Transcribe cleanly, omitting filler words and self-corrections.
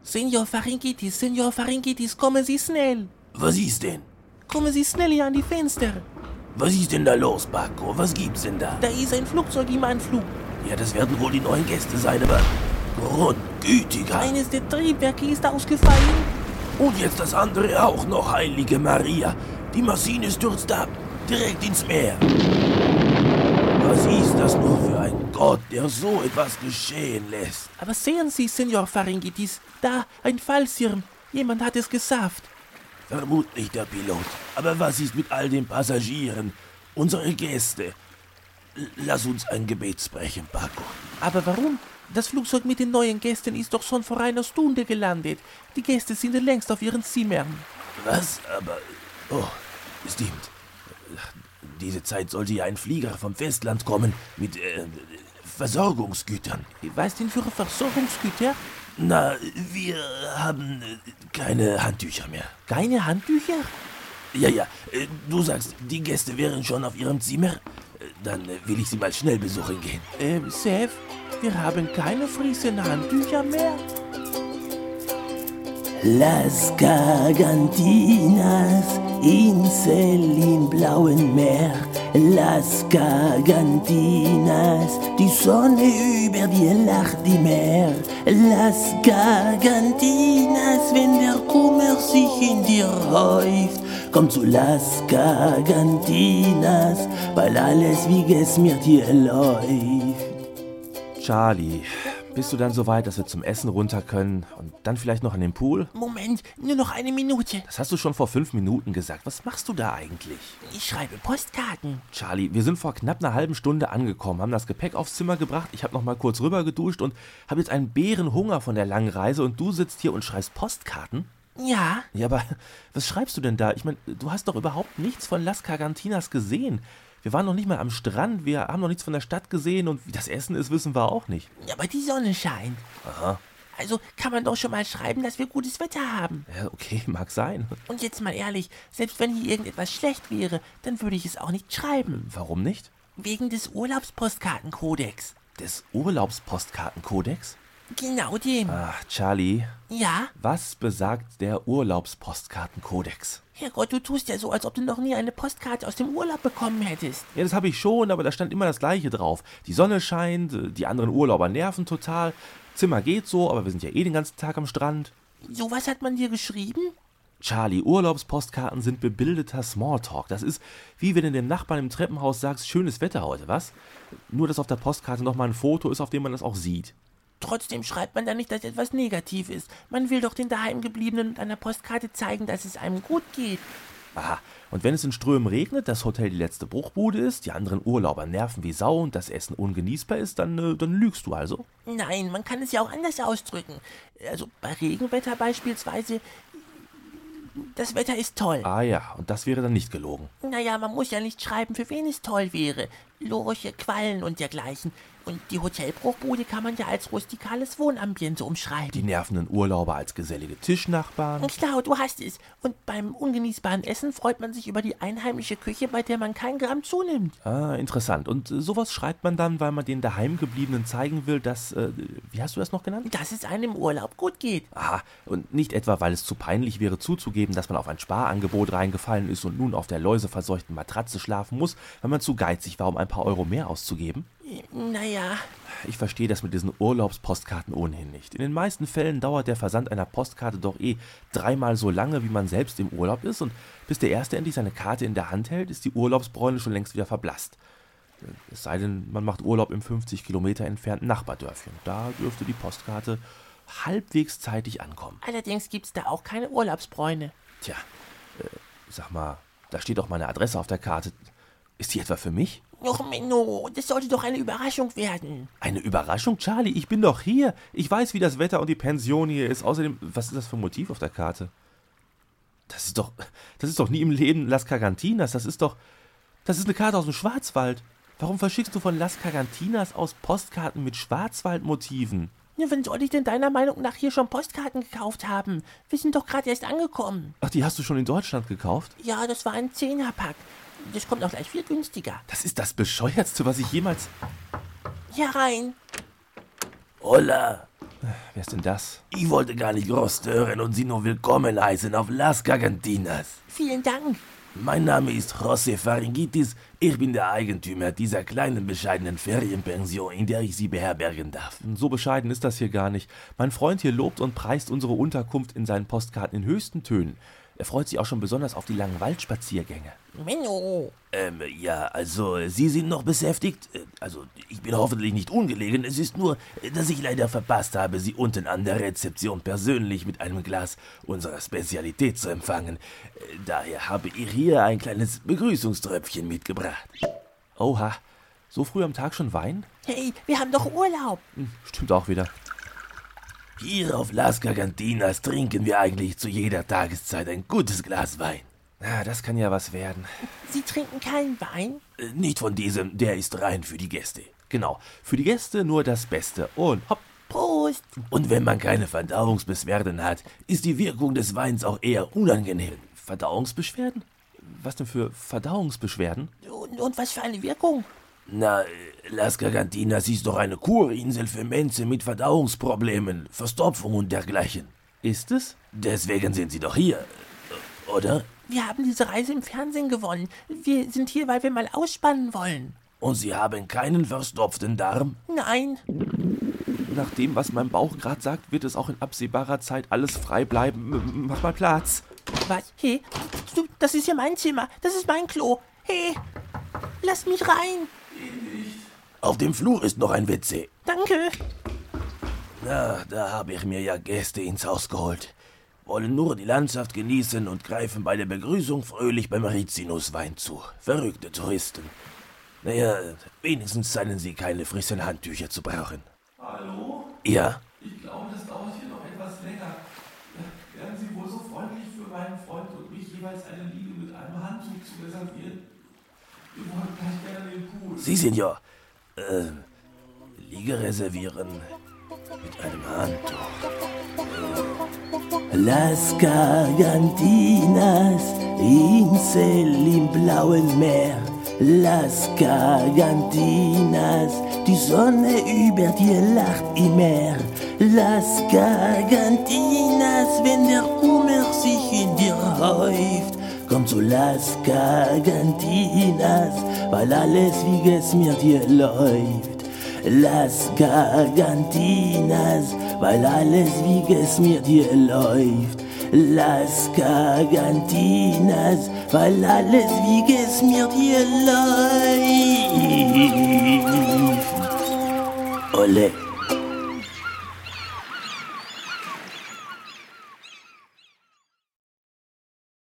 Senor Faringitis, kommen Sie schnell. Was ist denn? Kommen Sie schnell hier an die Fenster. Was ist denn da los, Paco? Was gibt's denn da? Da ist ein Flugzeug im Anflug. Ja, das werden wohl die neuen Gäste sein, aber grundgütiger. Eines der Triebwerke ist ausgefallen. Und jetzt das andere auch noch, heilige Maria. Die Maschine stürzt ab, direkt ins Meer. Was ist das nur für ein Gott, der so etwas geschehen lässt? Aber sehen Sie, Senor Faringitis, da, ein Fallschirm. Jemand hat es geschafft. Vermutlich der Pilot. Aber was ist mit all den Passagieren? Unsere Gäste. Lass uns ein Gebet sprechen, Paco. Aber warum? Das Flugzeug mit den neuen Gästen ist doch schon vor einer Stunde gelandet. Die Gäste sind längst auf ihren Zimmern. Was? Aber... Oh, stimmt. Diese Zeit sollte ja ein Flieger vom Festland kommen mit Versorgungsgütern. Was denn für Versorgungsgüter? Na, wir haben keine Handtücher mehr. Keine Handtücher? Ja, du sagst, die Gäste wären schon auf ihrem Zimmer. Dann will ich sie mal schnell besuchen gehen. Chef, wir haben keine frischen Handtücher mehr. Las Gargantinas, Insel im blauen Meer. Las Gargantinas, die Sonne über dir lacht die Meer. Las Gargantinas, wenn der Kummer sich in dir häuft, komm zu Las Gargantinas, weil alles wie es mit dir läuft. Charlie, bist du dann so weit, dass wir zum Essen runter können und dann vielleicht noch an den Pool? Moment, nur noch eine Minute. Das hast du schon vor 5 Minuten gesagt. Was machst du da eigentlich? Ich schreibe Postkarten. Charlie, wir sind vor knapp einer halben Stunde angekommen, haben das Gepäck aufs Zimmer gebracht, ich habe noch mal kurz rüber geduscht und habe jetzt einen Bärenhunger von der langen Reise und du sitzt hier und schreibst Postkarten? Ja? Ja, aber was schreibst du denn da? Ich meine, du hast doch überhaupt nichts von Las Gargantinas gesehen. Wir waren noch nicht mal am Strand, wir haben noch nichts von der Stadt gesehen und wie das Essen ist, wissen wir auch nicht. Aber die Sonne scheint. Aha. Also kann man doch schon mal schreiben, dass wir gutes Wetter haben. Ja, okay, mag sein. Und jetzt mal ehrlich, selbst wenn hier irgendetwas schlecht wäre, dann würde ich es auch nicht schreiben. Warum nicht? Wegen des Urlaubspostkartenkodex. Des Urlaubspostkartenkodex? Genau dem. Ach, Charlie, Ja? was besagt der Urlaubspostkartenkodex? Herrgott, du tust ja so, als ob du noch nie eine Postkarte aus dem Urlaub bekommen hättest. Ja, das habe ich schon, aber da stand immer das Gleiche drauf. Die Sonne scheint, die anderen Urlauber nerven total. Zimmer geht so, aber wir sind ja eh den ganzen Tag am Strand. Sowas hat man dir geschrieben? Charlie, Urlaubspostkarten sind bebildeter Smalltalk. Das ist, wie wenn du dem Nachbarn im Treppenhaus sagst, schönes Wetter heute, was? Nur, dass auf der Postkarte nochmal ein Foto ist, auf dem man das auch sieht. Trotzdem schreibt man da nicht, dass etwas negativ ist. Man will doch den Daheimgebliebenen mit einer Postkarte zeigen, dass es einem gut geht. Aha, und wenn es in Strömen regnet, das Hotel die letzte Bruchbude ist, die anderen Urlauber nerven wie Sau und das Essen ungenießbar ist, dann lügst du also? Nein, man kann es ja auch anders ausdrücken. Also bei Regenwetter beispielsweise, das Wetter ist toll. Ah ja, und das wäre dann nicht gelogen. Naja, man muss ja nicht schreiben, für wen es toll wäre. Lurche, Quallen und dergleichen. Und die Hotelbruchbude kann man ja als rustikales Wohnambiente umschreiben. Die nervenden Urlauber als gesellige Tischnachbarn. Klar, du hast es. Und beim ungenießbaren Essen freut man sich über die einheimische Küche, bei der man kein Gramm zunimmt. Ah, interessant. Und sowas schreibt man dann, weil man den Daheimgebliebenen zeigen will, dass, wie hast du das noch genannt? Dass es einem im Urlaub gut geht. Aha, und nicht etwa, weil es zu peinlich wäre zuzugeben, dass man auf ein Sparangebot reingefallen ist und nun auf der läuseverseuchten Matratze schlafen muss, weil man zu geizig war, um ein paar Euro mehr auszugeben? Naja, Ich verstehe das mit diesen Urlaubspostkarten ohnehin nicht. In den meisten Fällen dauert der Versand einer Postkarte doch 3-mal so lange, wie man selbst im Urlaub ist, und bis der Erste endlich seine Karte in der Hand hält, ist die Urlaubsbräune schon längst wieder verblasst. Es sei denn, man macht Urlaub im 50 Kilometer entfernten Nachbardörfchen. Da dürfte die Postkarte halbwegs zeitig ankommen. allerdings gibt's da auch keine Urlaubsbräune. Tja, sag mal, da steht doch meine Adresse auf der Karte. Ist die etwa für mich? Och, Menno, das sollte doch eine Überraschung werden. Eine Überraschung, Charlie? Ich bin doch hier. Ich weiß, wie das Wetter und die Pension hier ist. Außerdem, was ist das für ein Motiv auf der Karte? Das ist doch nie im Leben Las Gargantinas. Das ist eine Karte aus dem Schwarzwald. Warum verschickst du von Las Gargantinas aus Postkarten mit Schwarzwaldmotiven? Ja, wann soll ich denn deiner Meinung nach hier schon Postkarten gekauft haben? Wir sind doch gerade erst angekommen. Ach, die hast du schon in Deutschland gekauft? Ja, das war ein 10er-Pack. Das kommt auch gleich viel günstiger. Das ist das Bescheuertste, was ich jemals... Hier rein. Hola. Wer ist denn das? Ich wollte gar nicht groß stören und Sie nur willkommen heißen auf Las Gargantinas. Vielen Dank. Mein Name ist José Faringitis. Ich bin der Eigentümer dieser kleinen, bescheidenen Ferienpension, in der ich Sie beherbergen darf. So bescheiden ist das hier gar nicht. Mein Freund hier lobt und preist unsere Unterkunft in seinen Postkarten in höchsten Tönen. Er freut sich auch schon besonders auf die langen Waldspaziergänge. Menno. Ja, also, Sie sind noch beschäftigt? Also, ich bin hoffentlich nicht ungelegen. Es ist nur, dass ich leider verpasst habe, Sie unten an der Rezeption persönlich mit einem Glas unserer Spezialität zu empfangen. Daher habe ich hier ein kleines Begrüßungströpfchen mitgebracht. Oha, so früh am Tag schon Wein? Hey, wir haben doch Urlaub. Stimmt auch wieder. Hier auf Las Gargantinas trinken wir eigentlich zu jeder Tageszeit ein gutes Glas Wein. Das kann ja was werden. Sie trinken keinen Wein? Nicht von diesem, der ist rein für die Gäste. Genau, für die Gäste nur das Beste. Und hopp. Prost. Und wenn man keine Verdauungsbeschwerden hat, ist die Wirkung des Weins auch eher unangenehm. Verdauungsbeschwerden? Was denn für Verdauungsbeschwerden? Und was für eine Wirkung? Na, Las Gargantinas ist doch eine Kurinsel für Menschen mit Verdauungsproblemen, Verstopfung und dergleichen. Ist es? Deswegen sind Sie doch hier, oder? Wir haben diese Reise im Fernsehen gewonnen. Wir sind hier, weil wir mal ausspannen wollen. Und Sie haben keinen verstopften Darm? Nein. Nach dem, was mein Bauch gerade sagt, wird es auch in absehbarer Zeit alles frei bleiben. Mach mal Platz. Was? Hey, du, das ist ja mein Zimmer. Das ist mein Klo. Hey, lass mich rein. Auf dem Flur ist noch ein WC. Danke. Na, da habe ich mir ja Gäste ins Haus geholt. Wollen nur die Landschaft genießen und greifen bei der Begrüßung fröhlich beim Rizinuswein zu. Verrückte Touristen. Naja, wenigstens scheinen sie keine frischen Handtücher zu brauchen. Hallo? Ja? Ich glaube, das dauert hier noch etwas länger. Wären Sie wohl so freundlich für meinen Freund und mich jeweils eine Liege mit einem Handtuch zu reservieren? Wir wollen gleich gerne den Pool. Sie, Senior. Liege reservieren mit einem Handtuch. Las Gargantinas, Insel im blauen Meer. Las Gargantinas, die Sonne über dir lacht im Meer. Las Gargantinas, wenn der Kummer sich in dir häuft. Komm zu Las Gargantinas, weil alles wie es mit dir läuft. Las Gargantinas, weil alles wie es mit dir läuft. Las Gargantinas, weil alles wie es mit dir läuft. Ole.